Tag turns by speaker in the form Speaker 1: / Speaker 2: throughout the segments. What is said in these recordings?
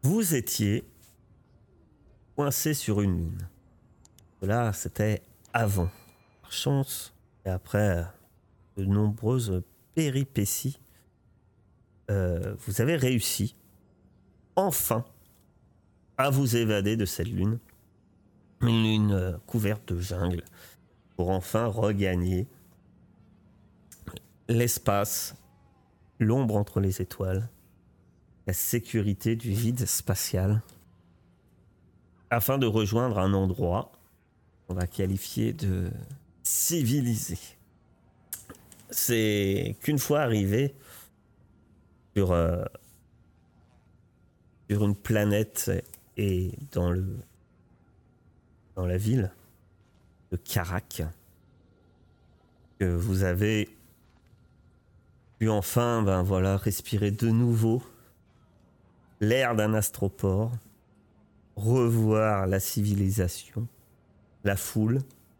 Speaker 1: Vous étiez coincé sur une lune. Là, c'était avant. Par chance, et après de nombreuses péripéties, vous avez réussi, enfin, à vous évader de cette lune. Une lune couverte de jungle, pour enfin regagner l'espace, l'ombre entre les étoiles, la sécurité du vide spatial, afin de rejoindre un endroit qu'on va qualifier de civilisé. C'est qu'une fois arrivé sur, sur une planète et dans la ville de Karak, que vous avez pu enfin respirer de nouveau l'air d'un astroport, revoir la civilisation, la foule.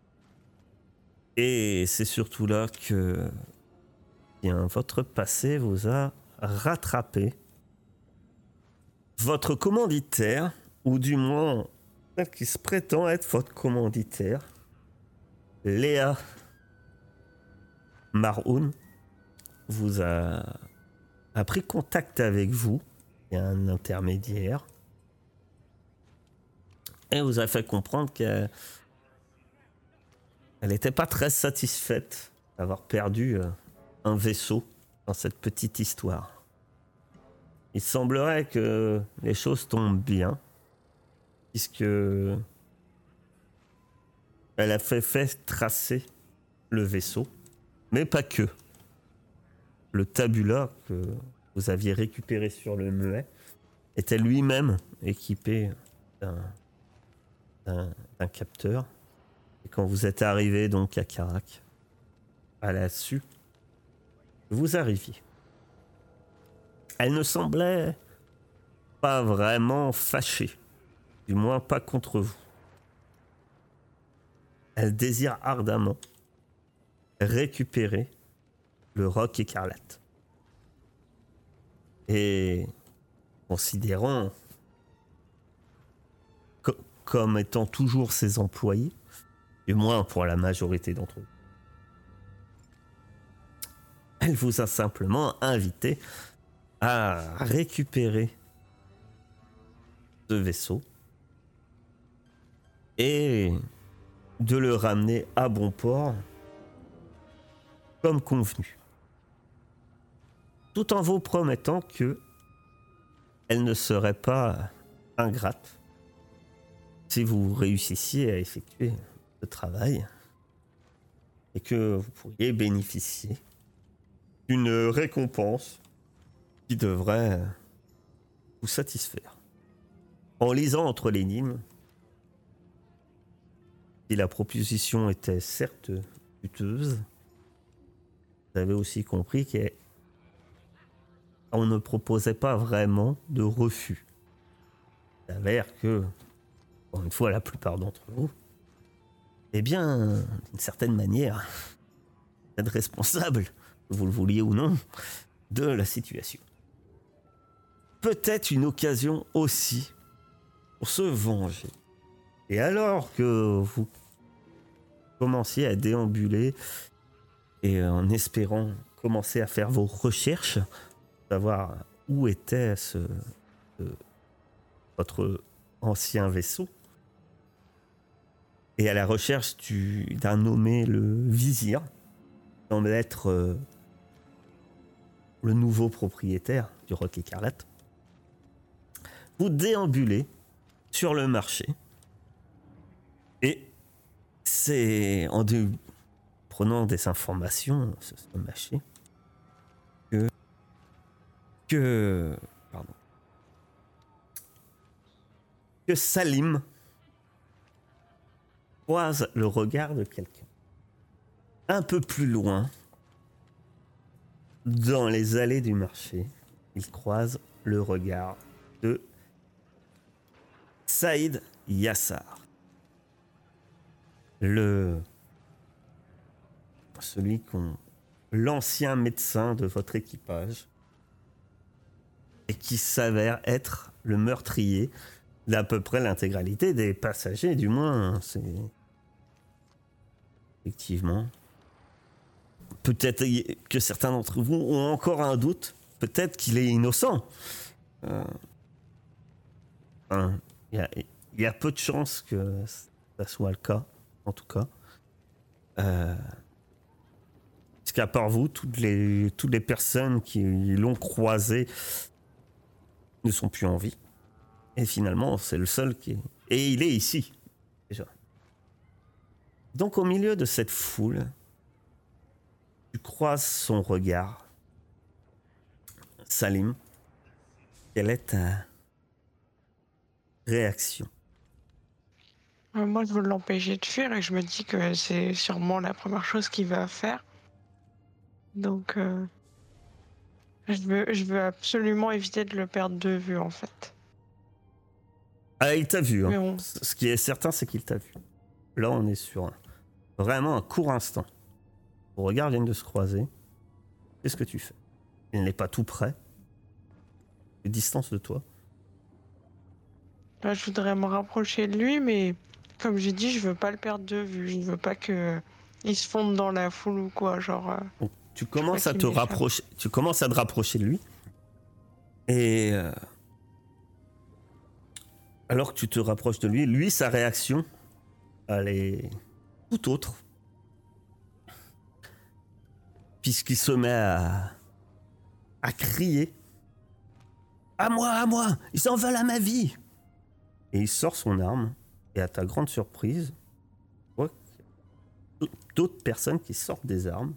Speaker 1: Et c'est surtout là que votre passé vous a rattrapé. Votre commanditaire, ou du moins celle qui se prétend être votre commanditaire, Léa Maroun, vous a pris contact avec vous. Il y a un intermédiaire. Et vous a fait comprendre qu'elle n'était pas très satisfaite d'avoir perdu un vaisseau dans cette petite histoire. Il semblerait que les choses tombent bien, puisque elle a fait tracer le vaisseau, mais pas que. Le tabula que vous aviez récupéré sur le muet était lui-même équipé d'un capteur. Et quand vous êtes arrivé donc à Karak, à la su, vous arriviez. Elle ne semblait pas vraiment fâchée, du moins pas contre vous. Elle désire ardemment récupérer le roc écarlate. Et considérant comme étant toujours ses employés, du moins pour la majorité d'entre eux, elle vous a simplement invité à récupérer ce vaisseau et de le ramener à bon port comme convenu, tout en vous promettant que elle ne serait pas ingrate si vous réussissiez à effectuer ce travail et que vous pourriez bénéficier d'une récompense qui devrait vous satisfaire. En lisant entre les lignes, si la proposition était certes coûteuse, vous avez aussi compris qu'on ne proposait pas vraiment de refus. Il s'avère que, encore une fois, la plupart d'entre vous, eh bien, d'une certaine manière, vous êtes responsable, que vous le vouliez ou non, de la situation. Peut-être une occasion aussi pour se venger. Et alors que vous commenciez à déambuler et en espérant commencer à faire vos recherches, savoir où était votre ancien vaisseau, et à la recherche d'un nommé le vizir, qui semble être le nouveau propriétaire du roc écarlate, vous déambulez sur le marché et c'est en prenant des informations sur ce marché que Salim croise le regard de quelqu'un. Un peu plus loin, dans les allées du marché, il croise le regard de Saïd Yassar. L'ancien médecin de votre équipage, et qui s'avère être le meurtrier d'à peu près l'intégralité des passagers, du moins, c'est... Effectivement. Peut-être que certains d'entre vous ont encore un doute, peut-être qu'il est innocent. Il y a peu de chances que ça soit le cas, en tout cas. Parce qu'à part vous, toutes les personnes qui l'ont croisé ne sont plus en vie. Et finalement, c'est le seul qui est... Et il est ici, déjà. Donc, au milieu de cette foule, tu croises son regard. Salim, quelle est ta réaction?
Speaker 2: Moi, je veux l'empêcher de fuir et je me dis que c'est sûrement la première chose qu'il va faire. Donc, je veux absolument éviter de le perdre de vue, en fait.
Speaker 1: Ah, il t'a vu. Hein.
Speaker 2: Mais on...
Speaker 1: Ce qui est certain, c'est qu'il t'a vu. Là, on est sur vraiment un court instant. Vos regards viennent de se croiser. Qu'est-ce que tu fais? Il n'est pas tout près. De distance de toi.
Speaker 2: Là, je voudrais me rapprocher de lui, mais comme j'ai dit, je veux pas le perdre de vue. Je ne veux pas que il se fonde dans la foule ou quoi, genre.
Speaker 1: Donc, tu commences à te rapprocher. Tu commences à te rapprocher de lui. Et alors que tu te rapproches de lui, lui, sa réaction, elle est tout autre. Puisqu'il se met à crier. À moi, ils en veulent à ma vie. Et il sort son arme. Et à ta grande surprise, tu vois qu'il y a d'autres personnes qui sortent des armes.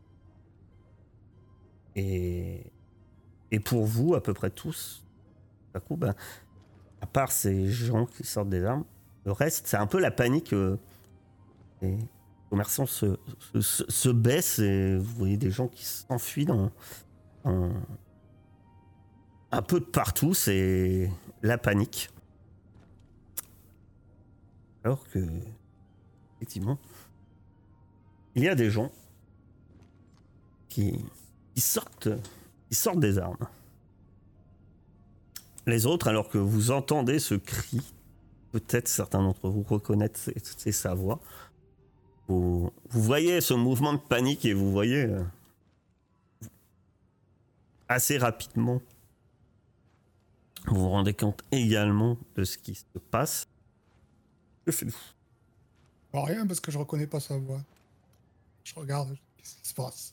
Speaker 1: Et pour vous, à peu près tous, à coup, ben, à part ces gens qui sortent des armes, le reste, c'est un peu la panique. Les commerçants se baissent et vous voyez des gens qui s'enfuient dans un peu de partout, c'est la panique. Alors que, effectivement, il y a des gens qui sortent des armes. Les autres, alors que vous entendez ce cri, peut-être certains d'entre vous reconnaissent sa voix, vous voyez ce mouvement de panique et vous voyez assez rapidement, vous vous rendez compte également de ce qui se passe. Que faites-vous?
Speaker 3: Rien, parce que je reconnais pas sa voix. Je regarde, qu'est-ce qui se passe?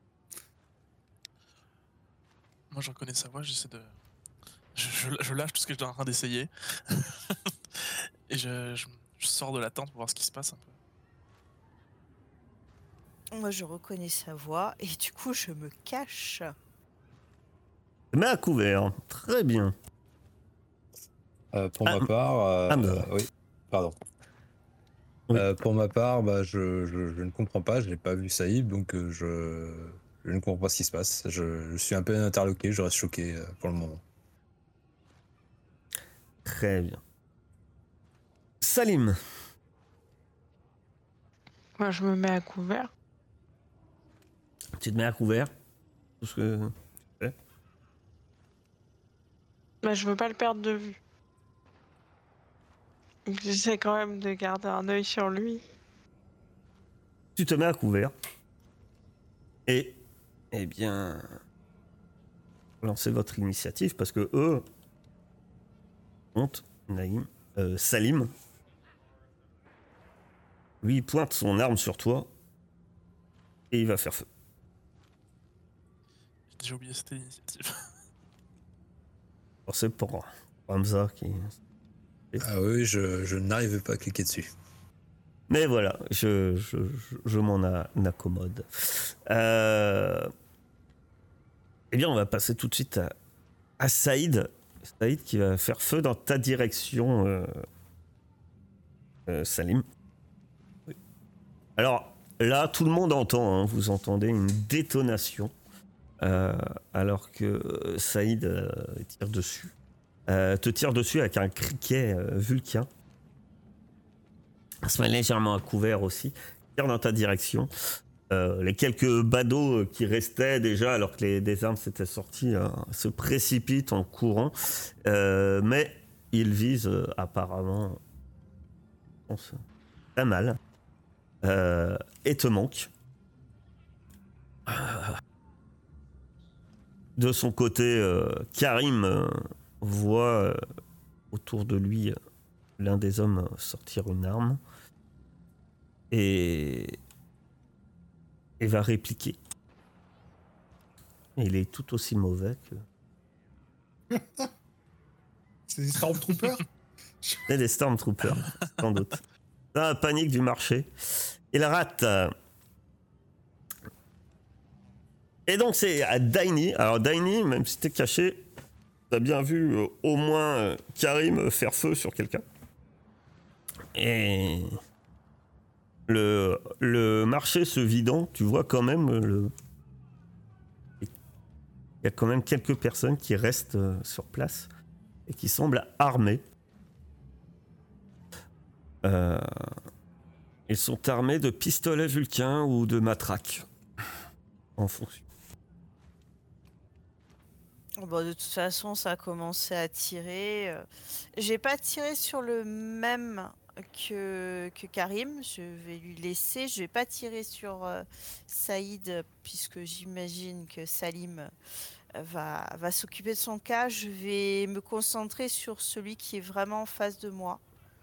Speaker 4: Moi, je reconnais sa voix, j'essaie de... Je lâche tout ce que je suis en train d'essayer. Et je sors de la tente pour voir ce qui se passe un peu.
Speaker 5: Moi, je reconnais sa voix et du coup, je me cache.
Speaker 1: Mais à couvert, très bien.
Speaker 6: Pour ma part... oui, pardon.
Speaker 1: Oui.
Speaker 6: Pour ma part, bah, je ne comprends pas, je n'ai pas vu Saïd, donc je ne comprends pas ce qui se passe. Je suis un peu interloqué, je reste choqué pour le moment.
Speaker 1: Très bien. Salim.
Speaker 2: Moi, je me mets à couvert.
Speaker 1: Tu te mets à couvert? Parce que...
Speaker 2: Bah, je veux pas le perdre de vue. J'essaie quand même de garder un œil sur lui.
Speaker 1: Tu te mets à couvert. Et, eh bien, lancez votre initiative parce que eux, Salim, lui, il pointe son arme sur toi et il va faire feu.
Speaker 4: J'ai déjà oublié cette initiative.
Speaker 1: Alors c'est pour Hamza qui...
Speaker 6: Ah oui, je n'arrive pas à cliquer dessus.
Speaker 1: Mais voilà, je m'en accommode. Eh bien, on va passer tout de suite à Saïd. Saïd qui va faire feu dans ta direction, Salim. Oui. Alors là, tout le monde entend, hein, vous entendez une détonation alors que Saïd tire dessus. Te tire dessus avec un criquet vulcain. Se met légèrement à couvert aussi. Tire dans ta direction. Les quelques badauds qui restaient déjà, alors que des armes s'étaient sorties, se précipitent en courant. Mais ils visent apparemment, je pense, pas mal. Et te manquent. De son côté, Karim voit autour de lui l'un des hommes sortir une arme et va répliquer. Et il est tout aussi mauvais que...
Speaker 3: C'est des Stormtroopers.
Speaker 1: C'est des Stormtroopers, sans doute. Dans la panique du marché. Il rate. Et donc c'est à Daini. Alors Daini, même si t'es caché, t'as bien vu au moins Karim faire feu sur quelqu'un. Et le marché se vidant, tu vois quand même il y a quand même quelques personnes qui restent sur place et qui semblent armées. Ils sont armés de pistolets vulcains ou de matraques. En fonction.
Speaker 5: Bon, de toute façon, ça a commencé à tirer. J'ai pas tiré sur le même que Karim. Je vais lui laisser. Je vais pas tirer sur Saïd, puisque j'imagine que Salim va s'occuper de son cas. Je vais me concentrer sur celui qui est vraiment en face de moi.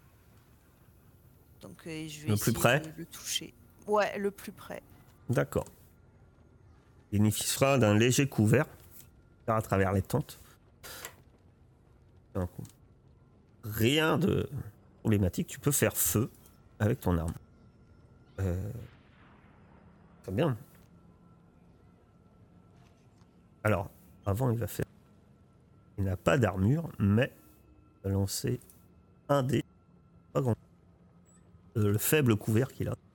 Speaker 5: Donc, je vais
Speaker 1: Le plus
Speaker 5: essayer
Speaker 1: près
Speaker 5: de le toucher. Ouais, le plus près.
Speaker 1: D'accord. Il bénéficiera d'un léger couvert à travers les tentes. Donc, rien de problématique. Tu peux faire feu avec ton arme. Très bien. Alors, avant, il va faire... Il n'a pas d'armure, mais il va lancer un dé. Pas grand. Le faible couvert qu'il a.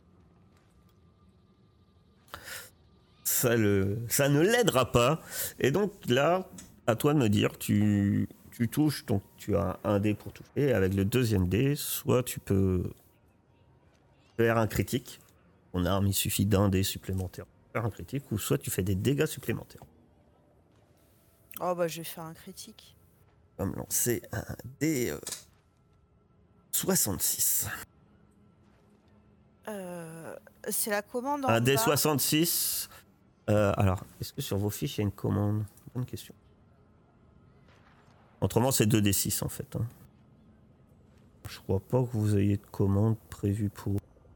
Speaker 1: Ça ne l'aidera pas. Et donc là, à toi de me dire, tu touches, donc tu as un dé pour toucher. Et avec le deuxième dé, soit tu peux faire un critique. Ton arme, il suffit d'un dé supplémentaire pour faire un critique, ou soit tu fais des dégâts supplémentaires.
Speaker 5: Oh bah je vais faire un critique.
Speaker 1: On va me lancer un dé 66.
Speaker 5: C'est la commande en
Speaker 1: Un dé
Speaker 5: bas.
Speaker 1: 66. Alors, est-ce que sur vos fiches, il y a une commande? Bonne question. Autrement, c'est 2d6 en fait. Hein. Je crois pas que vous ayez de commande prévue pour...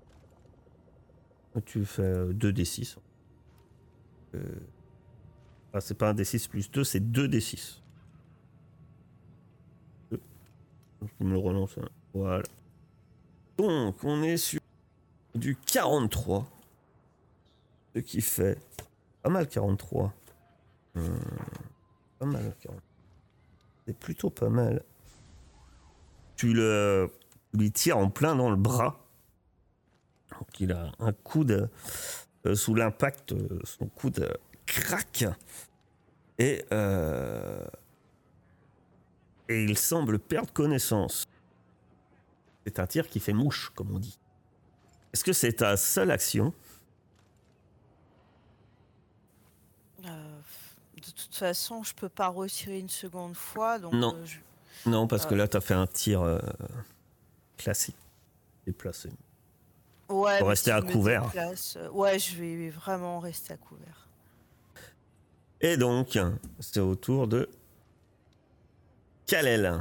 Speaker 1: Tu fais 2d6. Ah, c'est pas un d6 plus 2, c'est 2d6. Je me le relance. Hein. Voilà. Donc, on est sur du 43. Ce qui fait... Pas mal 43. Pas mal 43. C'est plutôt pas mal. Tu lui tires en plein dans le bras. Donc il a un coude sous l'impact, son coude craque. Et il semble perdre connaissance. C'est un tir qui fait mouche, comme on dit. Est-ce que c'est ta seule action ?
Speaker 5: De toute façon, je peux pas retirer une seconde fois, donc
Speaker 1: non. Non, parce que là, t'as fait un tir classique, déplacé.
Speaker 5: Ouais,
Speaker 1: faut rester à couvert.
Speaker 5: Ouais, je vais vraiment rester à couvert.
Speaker 1: Et donc, c'est au tour de Kalel.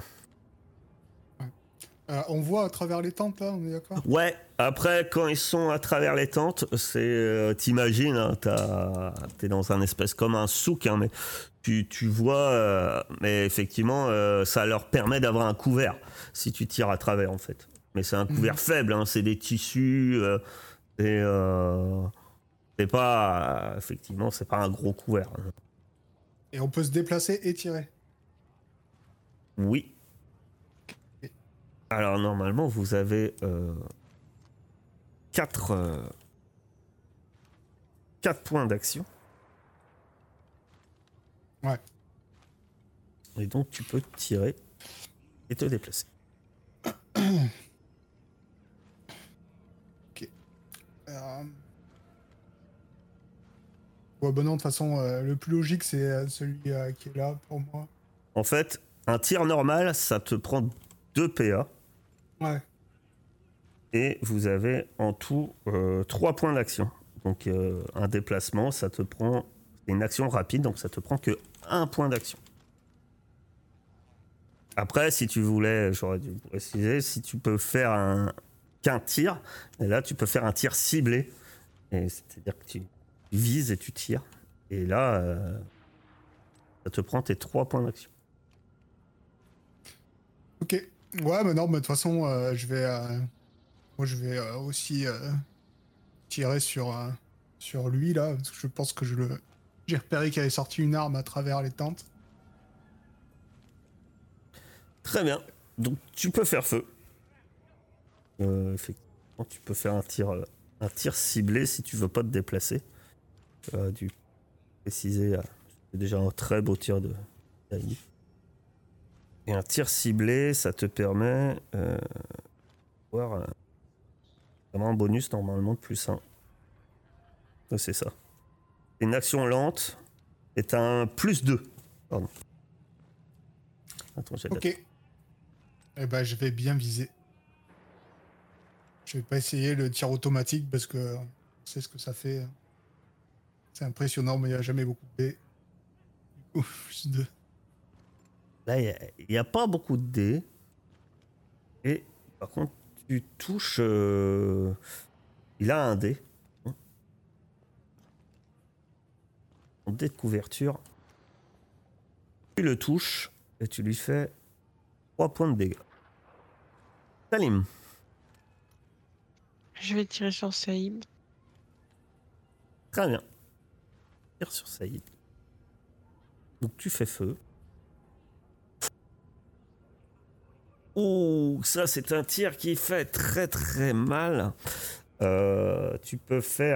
Speaker 3: On voit à travers les tentes, là, on est d'accord?
Speaker 1: Ouais, après, quand ils sont à travers les tentes, c'est... T'imagines, hein, t'es dans un espèce comme un souk, hein, mais tu vois... mais effectivement, ça leur permet d'avoir un couvert, si tu tires à travers, en fait. Mais c'est un couvert faible, hein, c'est des tissus, c'est pas... effectivement, c'est pas un gros couvert. Hein.
Speaker 3: Et on peut se déplacer et tirer.
Speaker 1: Oui. Alors normalement vous avez 4 points d'action.
Speaker 3: Ouais.
Speaker 1: Et donc tu peux tirer et te déplacer.
Speaker 3: Ok. Ouais, bah non, de toute façon, le plus logique, c'est celui qui est là pour moi.
Speaker 1: En fait, un tir normal, ça te prend 2 PA.
Speaker 3: Ouais.
Speaker 1: Et vous avez en tout 3 points d'action. Donc un déplacement, ça te prend... C'est une action rapide, donc ça te prend que 1 point d'action. Après, si tu voulais, j'aurais dû préciser, si tu peux faire qu'un tir, et là tu peux faire un tir ciblé. Et c'est-à-dire que tu vises et tu tires. Et là, ça te prend tes 3 points d'action.
Speaker 3: Ok. Ouais, mais non, mais de toute façon, je vais... moi, je vais aussi tirer sur lui, là, parce que je pense que j'ai repéré qu'il avait sorti une arme à travers les tentes.
Speaker 1: Très bien. Donc tu peux faire feu. Effectivement, tu peux faire un tir ciblé si tu veux pas te déplacer. Tu as dû préciser, c'est déjà un très beau tir de Saïd. Et un tir ciblé, ça te permet d'avoir vraiment un bonus normalement de +1. C'est ça. Une action lente est un +2. Pardon. Attends, j'ai
Speaker 3: Ok. Eh ben, je vais bien viser. Je vais pas essayer le tir automatique parce que on sait ce que ça fait. C'est impressionnant, mais il n'y a jamais beaucoup de dés. Du coup, +2.
Speaker 1: Là, il n'y a pas beaucoup de dés. Et par contre, tu touches... Il a un dé. Un dé de couverture. Tu le touches et tu lui fais 3 points de dégâts. Salim.
Speaker 2: Je vais tirer sur Saïd.
Speaker 1: Très bien. Tire sur Saïd. Donc tu fais feu. Ouh, ça c'est un tir qui fait très très mal. Tu peux faire...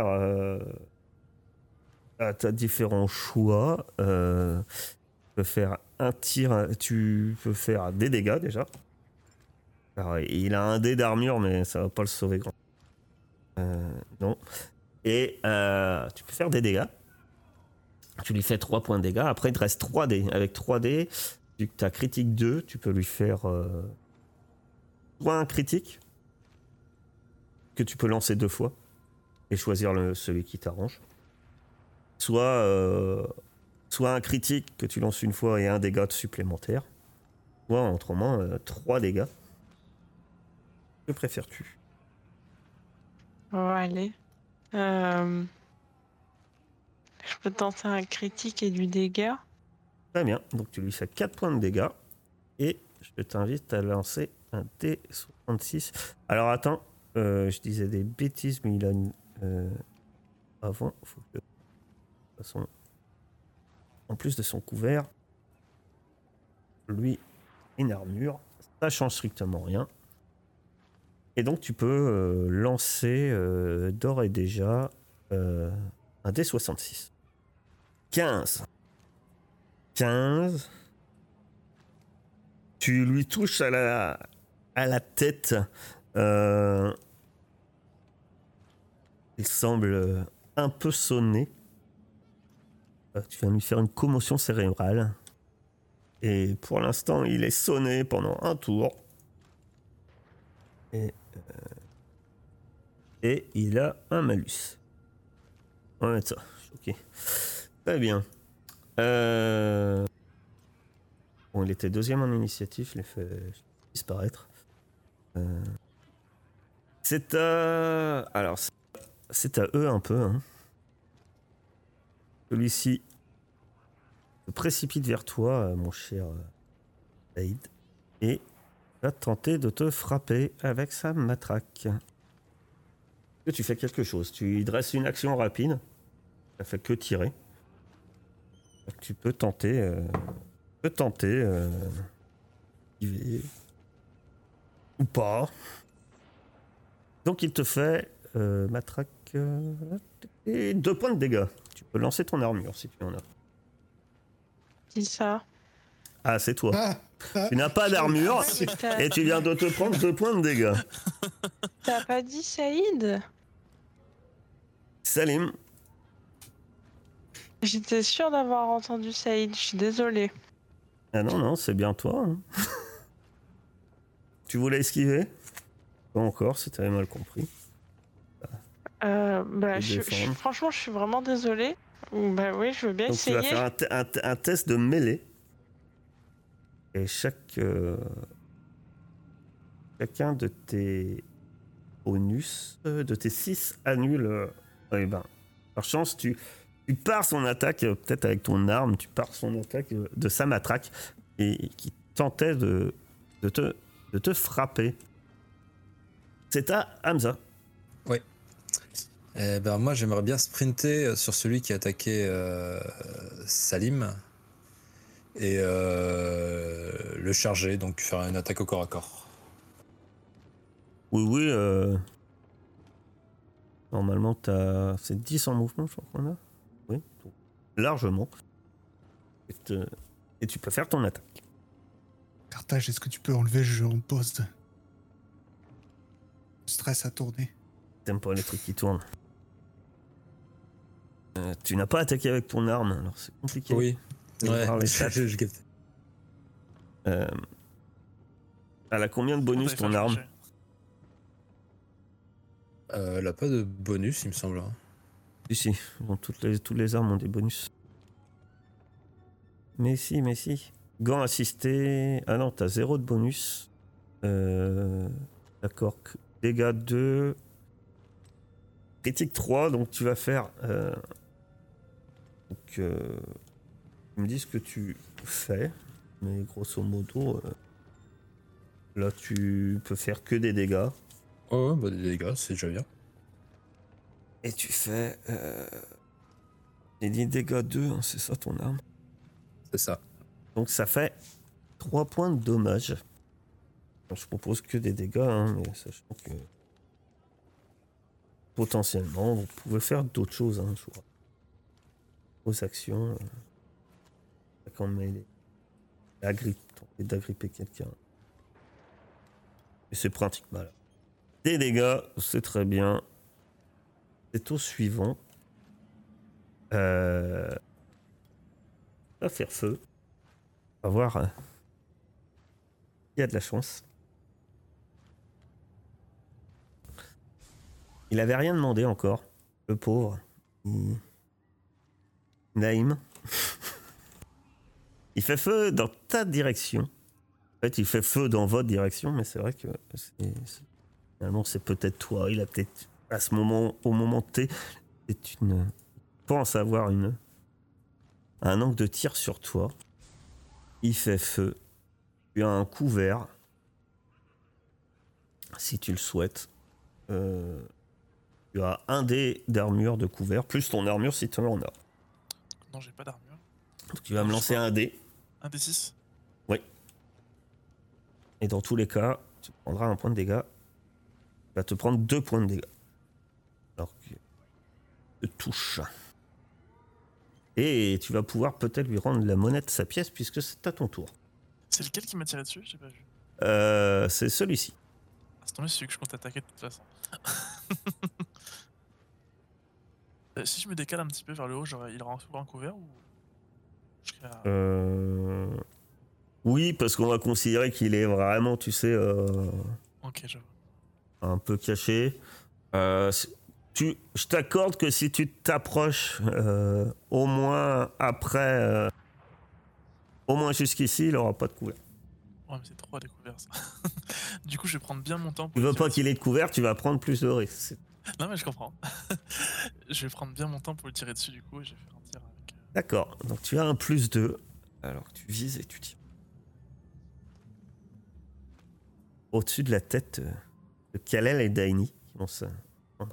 Speaker 1: tu as différents choix. Tu peux faire un tir, tu peux faire des dégâts déjà. Alors, il a un dé d'armure, mais ça va pas le sauver grand. Non. Et tu peux faire des dégâts. Tu lui fais 3 points de dégâts. Après, il te reste 3 dés. Avec 3 dés, vu que tu as critique 2, tu peux lui faire soit un critique, que tu peux lancer 2 fois, et choisir celui qui t'arrange. Soit un critique que tu lances une fois et un dégât supplémentaire. Soit, autrement, 3 dégâts. Que préfères-tu?
Speaker 2: Oh, allez. Je peux tenter un critique et du dégât.
Speaker 1: Très bien. Donc tu lui fais 4 points de dégâts. Et je t'invite à lancer un D66. Alors attends, je disais des bêtises, mais il a une... avant, il faut que... De toute façon, en plus de son couvert, lui, une armure. Ça change strictement rien. Et donc tu peux lancer d'ores et déjà un D66. 15. 15. Tu lui touches à la tête. Il semble un peu sonné. Tu viens lui faire une commotion cérébrale. Et pour l'instant, il est sonné pendant un tour. Et il a un malus. On va mettre ça. Ok. Très bien. Bon, il était deuxième en initiative, je l'ai fait disparaître. C'est à... Alors, c'est à eux un peu. Hein. Celui-ci se précipite vers toi, mon cher Saïd, et va tenter de te frapper avec sa matraque. Tu fais quelque chose. Tu lui dresses une action rapide. Ça fait que tirer. Tu peux tenter... ou pas. Donc il te fait matraque et 2 points de dégâts. Tu peux lancer ton armure si tu en as.
Speaker 2: Qui ça?
Speaker 1: Ah, c'est toi.
Speaker 3: Ah,
Speaker 1: Tu n'as pas d'armure et tu viens de te prendre 2 points de dégâts.
Speaker 2: T'as pas dit Saïd?
Speaker 1: Salim.
Speaker 2: J'étais sûre d'avoir entendu Saïd, je suis désolée.
Speaker 1: Ah non, c'est bien toi. Hein. Tu voulais esquiver? Pas encore, si t'avais mal compris.
Speaker 2: Franchement, je suis vraiment désolée. Bah oui, je veux bien
Speaker 1: Donc tu
Speaker 2: essayer.
Speaker 1: vas faire un test de mêlée. Et chacun de tes bonus, de tes 6 annule. Par chance, tu pars son attaque, peut-être avec ton arme, tu pars son attaque de sa matraque et qui tentait de te frapper. C'est à Hamza.
Speaker 6: Ouais. Moi, j'aimerais bien sprinter sur celui qui a attaqué Salim et le charger, donc faire une attaque au corps à corps.
Speaker 1: Oui. Normalement, c'est 10 en mouvement, je crois qu'on a. Oui, largement. Et tu peux faire ton attaque.
Speaker 3: Carthage, est-ce que tu peux enlever le jeu en pause? Stress à tourner.
Speaker 1: T'aimes pas les trucs qui tournent. Tu n'as pas attaqué avec ton arme, alors c'est compliqué.
Speaker 6: Oui. Ouais,
Speaker 1: je
Speaker 6: capte.
Speaker 1: Elle a combien de bonus ton arme?
Speaker 6: Elle a pas de bonus, il me semble.
Speaker 1: Si. Bon, toutes les armes ont des bonus. Mais si. Gant assisté. Ah non, t'as 0 de bonus. D'accord. Dégâts 2. Critique 3, donc tu vas faire. Tu me dis ce que tu fais. Mais grosso modo. Là, tu peux faire que des dégâts.
Speaker 6: Oh, bah des dégâts, c'est déjà bien.
Speaker 1: Et tu fais. J'ai dit dégâts 2, hein, c'est ça ton arme?
Speaker 6: C'est ça.
Speaker 1: Donc ça fait 3 points de dommage. Alors, je propose que des dégâts, hein, mais sachant que. Potentiellement, vous pouvez faire d'autres choses, hein, je crois. Aux actions. Quand mêlée. Tenter d'agripper quelqu'un. Et c'est pratiquement là. Des dégâts, c'est très bien. C'est au suivant. Va faire feu. On va voir. Il y a de la chance. Il avait rien demandé encore, le pauvre. Naïm. Il fait feu dans ta direction. En fait, il fait feu dans votre direction, mais c'est vrai que finalement, c'est peut-être toi. Il a peut-être, à ce moment, au moment T, pense avoir un angle de tir sur toi. Il fait feu. Tu as un couvert. Si tu le souhaites. Tu as un dé d'armure de couvert, plus ton armure si tu en as.
Speaker 4: Non, j'ai pas d'armure.
Speaker 1: Donc tu vas me lancer un dé.
Speaker 4: Un des 6.
Speaker 1: Oui. Et dans tous les cas, tu prendras un point de dégâts. Tu vas te prendre 2 points de dégâts. Alors que te touche. Et tu vas pouvoir peut-être lui rendre la monnaie de sa pièce puisque c'est à ton tour.
Speaker 4: C'est lequel qui m'a tiré dessus? J'ai pas vu.
Speaker 1: C'est celui-ci.
Speaker 4: Ah, c'est celui que je compte attaquer de toute façon. Si je me décale un petit peu vers le haut, il aura un couvert ou je serai à...
Speaker 1: Oui, parce qu'on va considérer qu'il est vraiment, tu sais,
Speaker 4: Ok, je vois.
Speaker 1: un peu caché. Je t'accorde que si tu t'approches au moins après, au moins jusqu'ici, il n'aura pas de couvert.
Speaker 4: Ouais, mais c'est trop à découvert ça. Du coup, je vais prendre bien mon temps.
Speaker 1: Tu veux pas qu'il ait de couvert, tu vas prendre plus de risques.
Speaker 4: Non, mais je comprends. Je vais prendre bien mon temps pour le tirer dessus du coup et je vais faire un tir avec.
Speaker 1: D'accord, donc tu as un plus 2. Alors que tu vises et tu tires. Au-dessus de la tête de Kalel et Daini qui vont se prendre.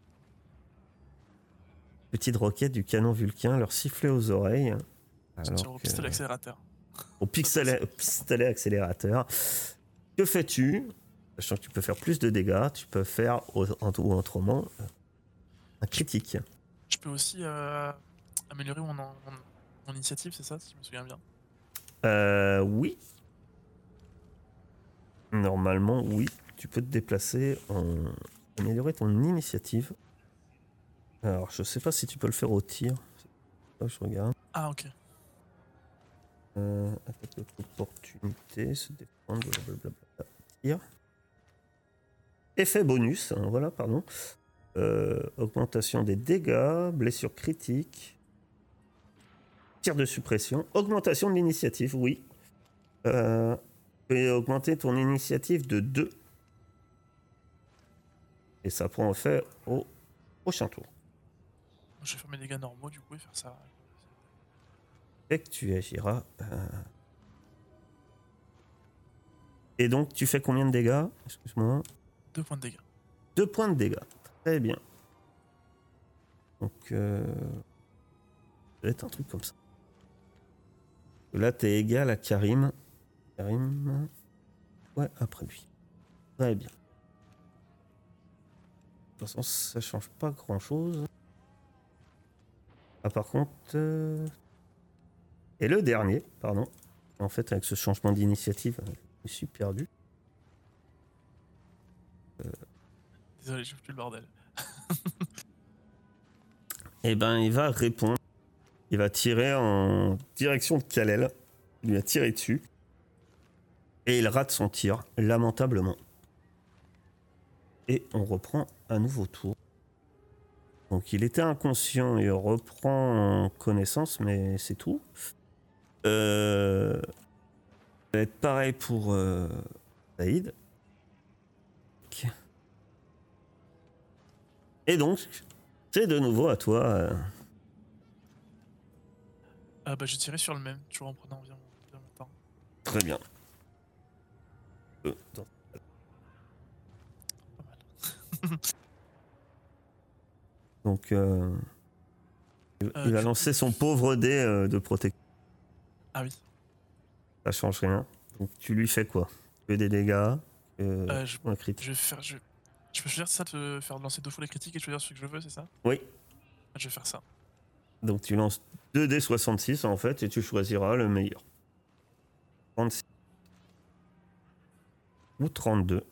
Speaker 1: Petite roquette du canon vulcain leur siffler aux oreilles.
Speaker 4: Au pistolet accélérateur.
Speaker 1: Au pistolet accélérateur. Que fais-tu? Sachant que tu peux faire plus de dégâts, tu peux faire autrement un critique.
Speaker 4: Je peux aussi améliorer mon initiative, c'est ça, si je me souviens bien?
Speaker 1: Oui. Normalement, oui. Tu peux te déplacer améliorer ton initiative. Alors, je sais pas si tu peux le faire au tir. Je regarde.
Speaker 4: Ah, ok.
Speaker 1: Attaque d'opportunité, se défendre, blablabla. Tir. Effet bonus, hein, voilà, pardon. Augmentation des dégâts, blessure critique, tir de suppression, augmentation de l'initiative, oui. Tu peux augmenter ton initiative de 2. Et ça prend effet au prochain tour.
Speaker 4: Je vais faire mes dégâts normaux du coup et faire ça.
Speaker 1: Et que tu agiras. Et donc, tu fais combien de dégâts? Excuse-moi.
Speaker 4: 2 points de dégâts.
Speaker 1: 2 points de dégâts. Très bien. Donc, ça va être un truc comme ça. Là, t'es égal à Karim. Karim. Ouais, après lui. Très bien. De toute façon, ça change pas grand-chose. Ah, par contre... Et le dernier, pardon. En fait, avec ce changement d'initiative, je me suis perdu.
Speaker 4: Désolé, j'ai foutu le bordel.
Speaker 1: Eh ben, il va répondre. Il va tirer en direction de Kalel. Il lui a tiré dessus. Et il rate son tir, lamentablement. Et on reprend un nouveau tour. Donc il était inconscient, il reprend connaissance, mais c'est tout. Ça va être pareil pour Saïd. Et donc, c'est de nouveau à toi.
Speaker 4: Bah, j'ai tiré sur le même, toujours en prenant bien mon temps.
Speaker 1: Très bien.
Speaker 4: Pas mal.
Speaker 1: Donc, il va lancer son pauvre dé de protection.
Speaker 4: Ah oui.
Speaker 1: Ça change rien. Donc, tu lui fais quoi? Que des dégâts, un critique.
Speaker 4: Je vais faire. Je peux choisir ça, de faire lancer 2 fois les critiques et choisir celui que je veux, c'est ça?
Speaker 1: Oui.
Speaker 4: Je vais faire ça.
Speaker 1: Donc, tu lances 2d66 en fait et tu choisiras le meilleur. 36 ou 32.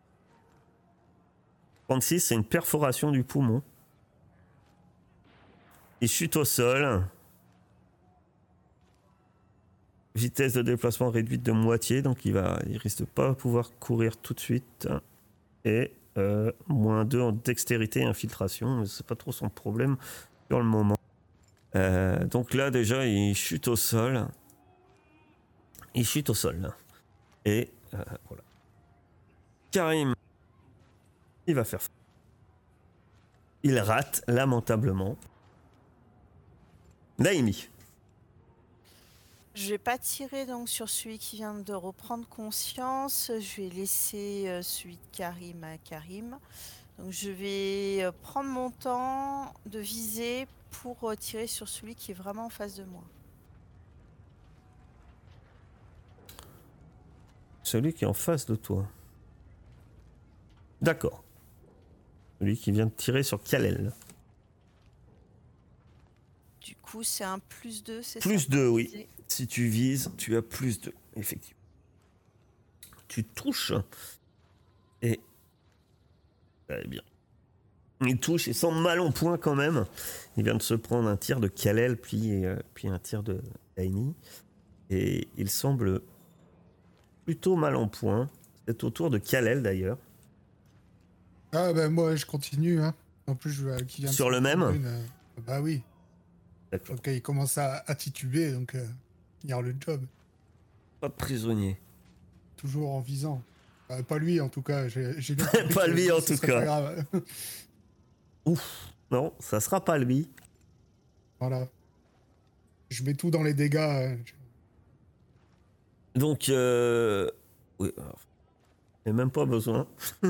Speaker 1: 36, c'est une perforation du poumon. Il chute au sol. Vitesse de déplacement réduite de moitié, donc il risque de pas pouvoir courir tout de suite. Et -2 en dextérité et infiltration, mais c'est pas trop son problème sur le moment. Donc là déjà il chute au sol. Il chute au sol là. Et voilà. Karim, il va faire. Il rate lamentablement. Naimi.
Speaker 5: Je vais pas tirer donc sur celui qui vient de reprendre conscience. Je vais laisser celui de Karim à Karim. Donc je vais prendre mon temps de viser pour tirer sur celui qui est vraiment en face de moi.
Speaker 1: Celui qui est en face de toi. D'accord. Celui qui vient de tirer sur Kalel.
Speaker 5: Du coup, c'est un +2, c'est ça?
Speaker 1: +2, oui. Si tu vises, tu as +2, effectivement. Tu touches. Et... Très bien. Il touche et sans mal en point quand même. Il vient de se prendre un tir de Kalel, puis un tir de Aini. Et il semble plutôt mal en point. C'est au tour de Kalel d'ailleurs.
Speaker 3: Ah bah moi je continue. Hein. En plus, qui vient de
Speaker 1: Sur
Speaker 3: se
Speaker 1: le même
Speaker 3: prendre bah oui.
Speaker 1: D'accord.
Speaker 3: Donc il commence à tituber, donc il y a le job.
Speaker 1: Pas de prisonnier.
Speaker 3: Toujours en visant. Pas lui en tout cas. J'ai bien
Speaker 1: Pas
Speaker 3: compris
Speaker 1: lui
Speaker 3: que
Speaker 1: en
Speaker 3: ce
Speaker 1: tout
Speaker 3: serait
Speaker 1: cas.
Speaker 3: pas grave.
Speaker 1: Ouf. Non, ça sera pas lui.
Speaker 3: Voilà. Je mets tout dans les dégâts.
Speaker 1: Donc, oui, il n'y a même pas besoin.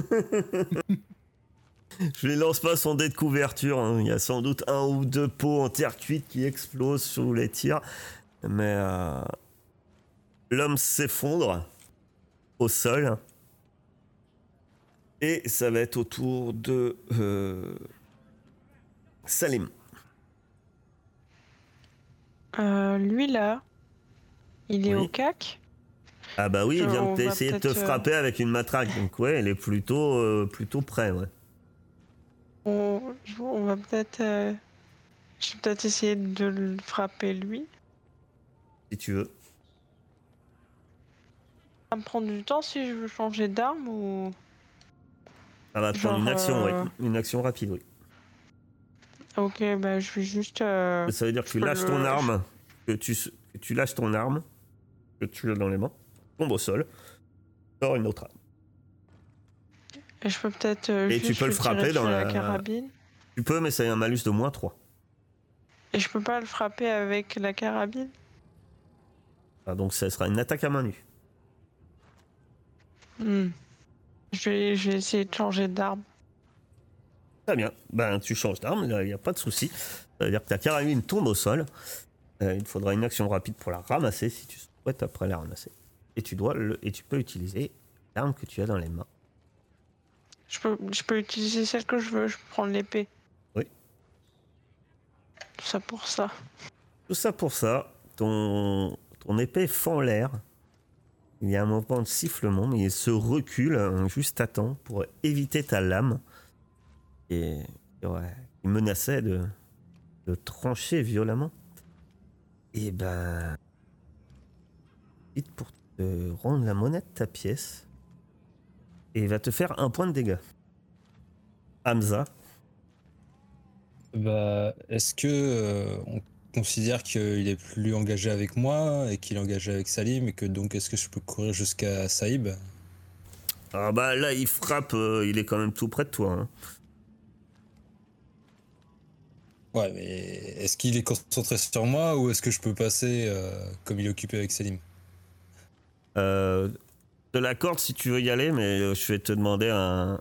Speaker 1: Je les lance pas son dé de couverture. Hein. Il y a sans doute 1 ou 2 pots en terre cuite qui explosent sous les tirs. Mais l'homme s'effondre au sol. Et ça va être au tour de Salim.
Speaker 2: Lui là, il est
Speaker 1: Oui.
Speaker 2: au cac.
Speaker 1: Ah bah oui, il vient
Speaker 2: On va
Speaker 1: d'essayer de te
Speaker 2: peut-être,
Speaker 1: frapper avec une matraque. Donc ouais, elle est plutôt près, ouais.
Speaker 2: On va peut-être Je vais peut-être essayer de le frapper lui.
Speaker 1: Si tu veux.
Speaker 2: Ça me prend du temps si je veux changer d'arme ou...
Speaker 1: Ça va te prendre
Speaker 2: Genre,
Speaker 1: une action, oui. Une action rapide, oui.
Speaker 2: Ok, bah je vais juste...
Speaker 1: Ça veut dire que tu
Speaker 2: peux
Speaker 1: lâches ton arme, que tu lâches ton arme, que tu as dans les mains, tombe au sol, sors une autre arme.
Speaker 2: Et je peux peut-être
Speaker 1: Et
Speaker 2: juste
Speaker 1: tu peux le
Speaker 2: lui tirer
Speaker 1: frapper dans
Speaker 2: dessus
Speaker 1: la...
Speaker 2: la carabine.
Speaker 1: Tu peux, mais c'est un malus de -3.
Speaker 2: Et je peux pas le frapper avec la carabine.
Speaker 1: Ah, donc ça sera une attaque à main nue.
Speaker 2: Je vais essayer de changer d'arme.
Speaker 1: Très bien, ben tu changes d'arme, il n'y a pas de souci. Ça veut dire que ta carabine tombe au sol. Il te faudra une action rapide pour la ramasser si tu souhaites après la ramasser. Et tu peux utiliser l'arme que tu as dans les mains.
Speaker 2: Je peux utiliser celle que je veux, je peux prendre l'épée.
Speaker 1: Oui.
Speaker 2: Tout ça pour ça.
Speaker 1: Tout ça pour ça, ton épée fend l'air. Il y a un mouvement de sifflement, mais il se recule juste à temps pour éviter ta lame. Et ouais, il menaçait de trancher violemment. Et ben, vite pour te rendre la monnaie de ta pièce. Et il va te faire 1 point de dégâts. Hamza.
Speaker 6: Bah, est-ce que on considère qu'il est plus engagé avec moi et qu'il est engagé avec Salim et que donc est-ce que je peux courir jusqu'à Saïb?
Speaker 1: Ah bah là il frappe, il est quand même tout près de toi. Hein.
Speaker 6: Ouais, mais est-ce qu'il est concentré sur moi ou est-ce que je peux passer comme il est occupé avec Salim?
Speaker 1: De la corde si tu veux y aller, mais je vais te demander un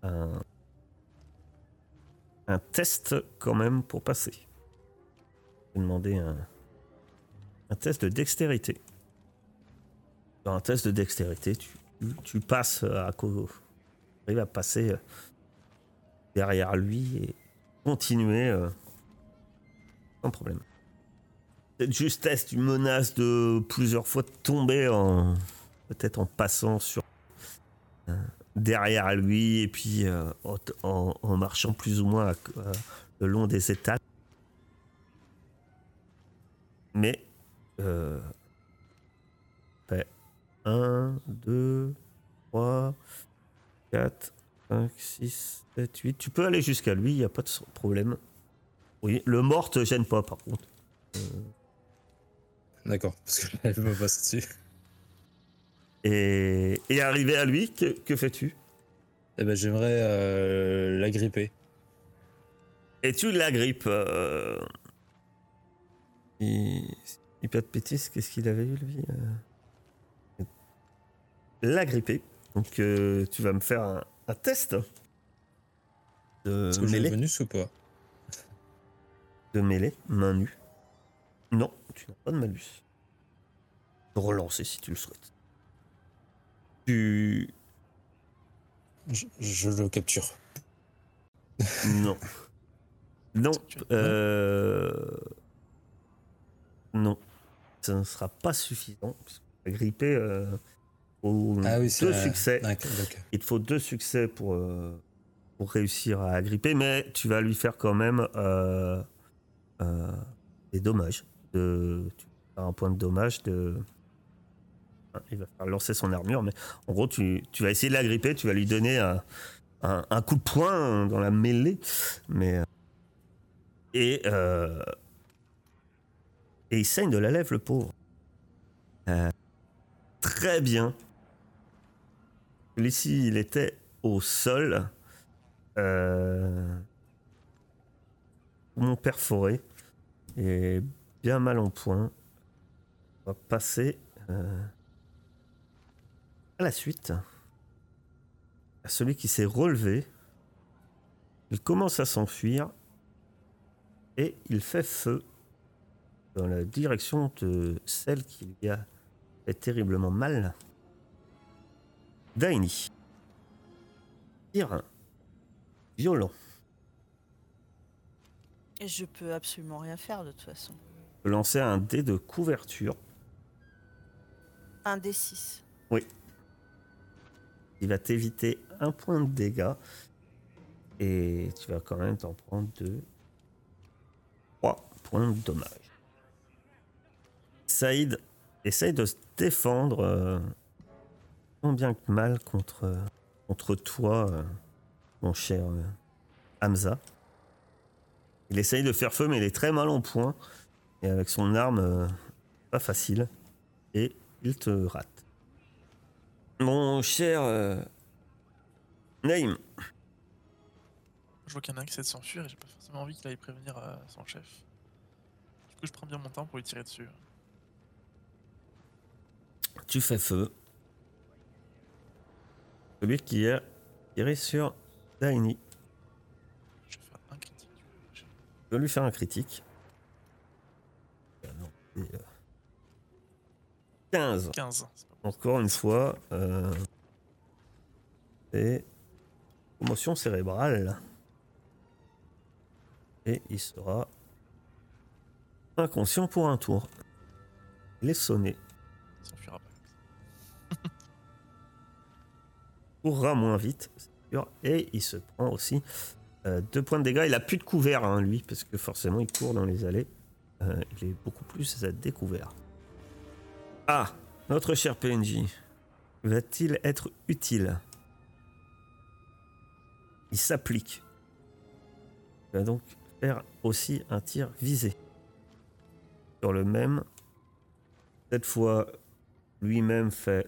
Speaker 1: test quand même pour passer. Je vais demander un test de dextérité. Dans un test de dextérité, tu passes à cause. Tu arrives à passer derrière lui et continuer sans problème. Cette justesse, tu menaces de plusieurs fois de tomber peut-être en passant sur derrière lui et puis en marchant plus ou moins le long des étals. Mais 1, 2, 3, 4, 5, 6, 7, 8. Tu peux aller jusqu'à lui, il n'y a pas de problème. Oui, le mort te gêne pas par contre.
Speaker 6: D'accord, parce que là, je me passe dessus.
Speaker 1: Et arrivé à lui, que fais-tu?
Speaker 6: Eh ben, j'aimerais l'agripper.
Speaker 1: Et tu l'agrippes. Il pas de bêtises, qu'est-ce qu'il avait eu lui L'agripper. Donc tu vas me faire un test de
Speaker 6: Est-ce que j'ai le
Speaker 1: mêlée.
Speaker 6: bonus ou pas?
Speaker 1: De mêlée, main nue. Non, tu n'as pas de malus. Tu peux relancer si tu le souhaites.
Speaker 6: Je le capture.
Speaker 1: Non. Non. Non. Ça ne sera pas suffisant. Agripper
Speaker 6: Ah oui,
Speaker 1: deux succès.
Speaker 6: D'accord.
Speaker 1: Il te faut 2 succès pour réussir à agripper, mais tu vas lui faire quand même des dommages. Tu vas faire un point de dommage. Il va faire lancer son armure, mais en gros, tu vas essayer de l'agripper, tu vas lui donner un coup de poing dans la mêlée, mais et il saigne de la lèvre, le pauvre. Très bien. Ici, il était au sol. Mon perforé est bien mal en point. On va passer à la suite. À celui qui s'est relevé. Il commence à s'enfuir et il fait feu dans la direction de celle qui lui a fait terriblement mal. Daini. Tir violent.
Speaker 5: Et je peux absolument rien faire de toute façon.
Speaker 1: Tu peux lancer un dé de couverture.
Speaker 5: Un D6.
Speaker 1: Oui. Il va t'éviter 1 point de dégâts. Et tu vas quand même t'en prendre 2, 3. points de dommage. Saïd essaye de se défendre tant bien que mal contre toi, mon cher Hamza. Il essaye de faire feu, mais il est très mal en point. Et avec son arme, pas facile. Et il te rate. Mon cher Naïm.
Speaker 4: Je vois qu'il y en a un qui essaie de s'enfuir et j'ai pas forcément envie qu'il aille prévenir son chef. Du coup, je prends bien mon temps pour lui tirer dessus.
Speaker 1: Tu fais feu. Celui qui a tiré sur Daini.
Speaker 4: Je vais faire un critique.
Speaker 1: Je vais lui faire un critique. Non, c'est, 15.
Speaker 4: 15. C'est pas bon.
Speaker 1: Encore une fois, c'est commotion cérébrale. Et il sera inconscient pour un tour. Il est sonné.
Speaker 4: Il s'enfuira pas.
Speaker 1: Courra moins vite, c'est sûr. Et il se prend aussi 2 points de dégâts. Il a plus de couvert, hein, lui, parce que forcément il court dans les allées. Il est beaucoup plus à découvert. Ah, notre cher PNJ, va-t-il être utile? Il s'applique. Il va donc faire aussi un tir visé. Sur le même. Cette fois, lui-même fait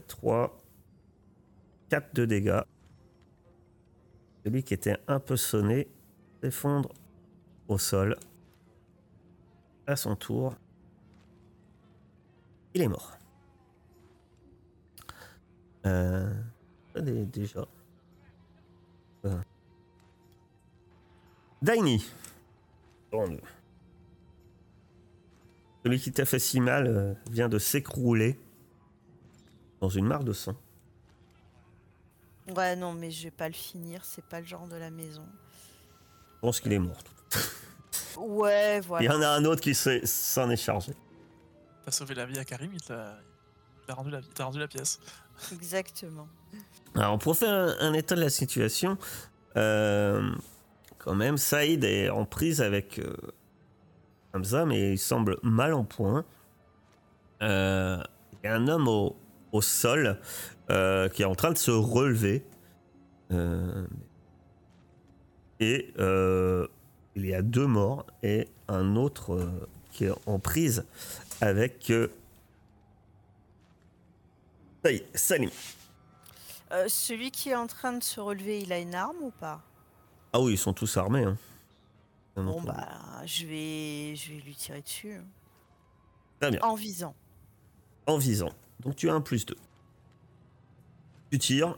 Speaker 1: 4 de dégâts. Celui qui était un peu sonné s'effondre au sol. À son tour, il est mort. Déjà. Daini. Celui qui t'a fait si mal vient de s'écrouler dans une mare de sang.
Speaker 5: Ouais, non, mais je vais pas le finir, c'est pas le genre de la maison.
Speaker 1: Je pense qu'il est mort.
Speaker 5: Ouais,
Speaker 1: Il
Speaker 5: voilà.
Speaker 1: y en a un autre qui s'en est chargé.
Speaker 4: T'as sauvé la vie à Karim, il t'a rendu la vie, t'as rendu la pièce.
Speaker 5: Exactement.
Speaker 1: Alors, pour faire un état de la situation, quand même, Saïd est en prise avec Hamza, mais il semble mal en point. Il y a un homme au sol qui est en train de se relever. Et il y a 2 morts et un autre qui est en prise avec Salim.
Speaker 5: Celui qui est en train de se relever, il a une arme ou pas?
Speaker 1: Ah oui, ils sont tous armés. Hein. Bien
Speaker 5: Bon,
Speaker 1: entendu.
Speaker 5: bah, je vais lui tirer dessus.
Speaker 1: Très bien.
Speaker 5: En visant.
Speaker 1: En visant. Donc tu as un +2. Tu tires.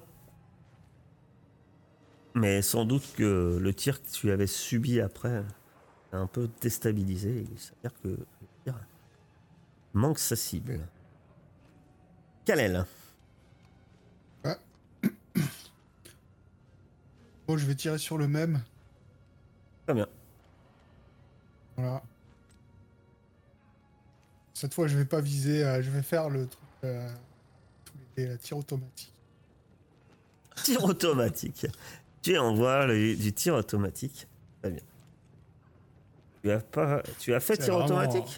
Speaker 1: Mais sans doute que le tir que tu avais subi après a un peu déstabilisé. Il s'avère que le tir manque sa cible. Kalel.
Speaker 3: Ouais. Bon, je vais tirer sur le même.
Speaker 1: Très bien.
Speaker 3: Voilà. Cette fois, je vais pas viser. Je vais faire le truc. La tir automatique.
Speaker 1: Tir automatique. Tu envoies du tir automatique. Très bien. Tu as fait
Speaker 3: C'est
Speaker 1: tir
Speaker 3: vraiment-
Speaker 1: automatique?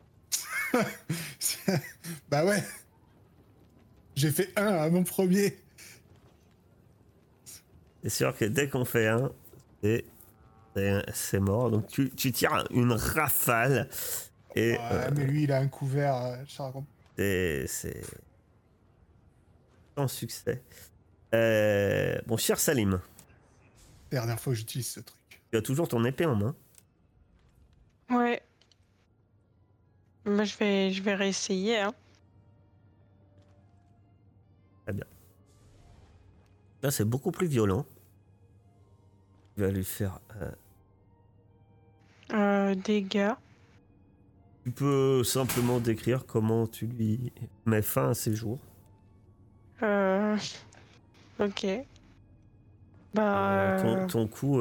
Speaker 3: Bah ouais. J'ai fait 1 à mon premier.
Speaker 1: C'est sûr que dès qu'on fait un, c'est mort. Donc tu tires une rafale et
Speaker 3: Ouais, mais lui, il a un couvert. Ça raconte.
Speaker 1: c'est sans succès. Bon, cher Salim,
Speaker 3: Dernière fois que j'utilise ce truc.
Speaker 1: tu as toujours ton épée en main.
Speaker 2: Ouais. Bah, je vais réessayer, hein.
Speaker 1: Là, c'est beaucoup plus violent. Tu vas lui faire.
Speaker 2: Dégâts.
Speaker 1: Tu peux simplement décrire comment tu lui mets fin à ses jours.
Speaker 2: Ok. Bah.
Speaker 1: Ton coup,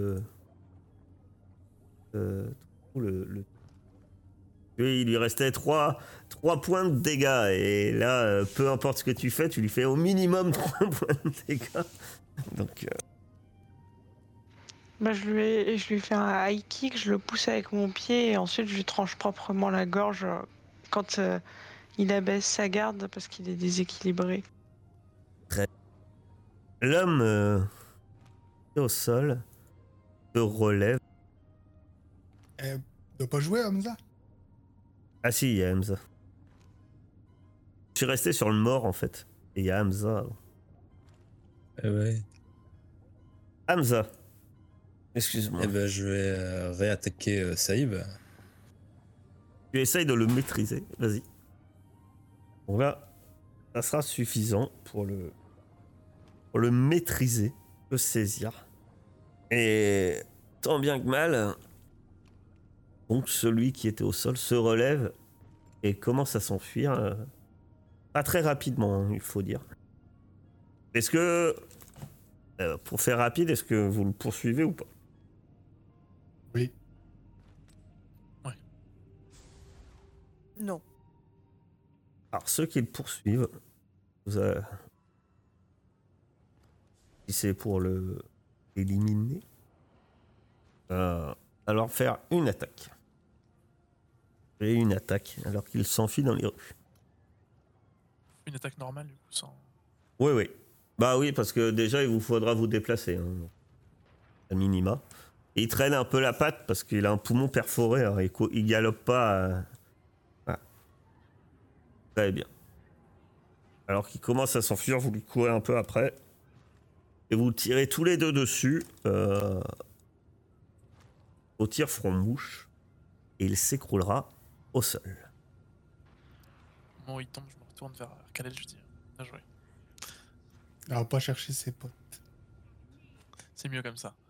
Speaker 1: il lui restait 3 points de dégâts. Et là, peu importe ce que tu fais, tu lui fais au minimum 3 points de dégâts. Donc,
Speaker 2: Bah, je lui fais un high kick, je le pousse avec mon pied et ensuite je lui tranche proprement la gorge quand il abaisse sa garde parce qu'il est déséquilibré.
Speaker 1: L'homme au sol se relève.
Speaker 3: Eh, doit pas jouer, Hamza?
Speaker 1: Ah si, il y a Hamza. Je suis resté sur le mort en fait. Et il y a Hamza.
Speaker 6: Ouais.
Speaker 1: Hamza. Excuse-moi.
Speaker 6: Eh ben, je vais réattaquer Saïb.
Speaker 1: Tu essayes de le maîtriser. Vas-y. Donc là, ça sera suffisant pour le maîtriser, le saisir. Et tant bien que mal, donc celui qui était au sol se relève et commence à s'enfuir. Pas très rapidement, hein, il faut dire. Est-ce que, pour faire rapide, est-ce que vous le poursuivez ou pas?
Speaker 3: Oui.
Speaker 5: Non.
Speaker 1: Alors ceux qui le poursuivent, vous avez... si c'est pour le éliminer, alors faire une attaque. Et une attaque alors qu'il s'enfuit dans les rues.
Speaker 4: Une attaque normale, du coup, sans.
Speaker 1: Oui, oui. Bah oui, parce que déjà, il vous faudra vous déplacer, hein, à minima. Et il traîne un peu la patte parce qu'il a un poumon perforé, alors il galope pas. Voilà. Très bien. Alors qu'il commence à s'enfuir, vous lui courez un peu après. Et vous tirez tous les deux dessus. Au tir front-mouche. Et il s'écroulera au sol.
Speaker 4: Au moment où il tombe, je me retourne vers Khaled, je dis bien joué.
Speaker 3: Alors, pas chercher ses potes.
Speaker 4: C'est mieux comme ça.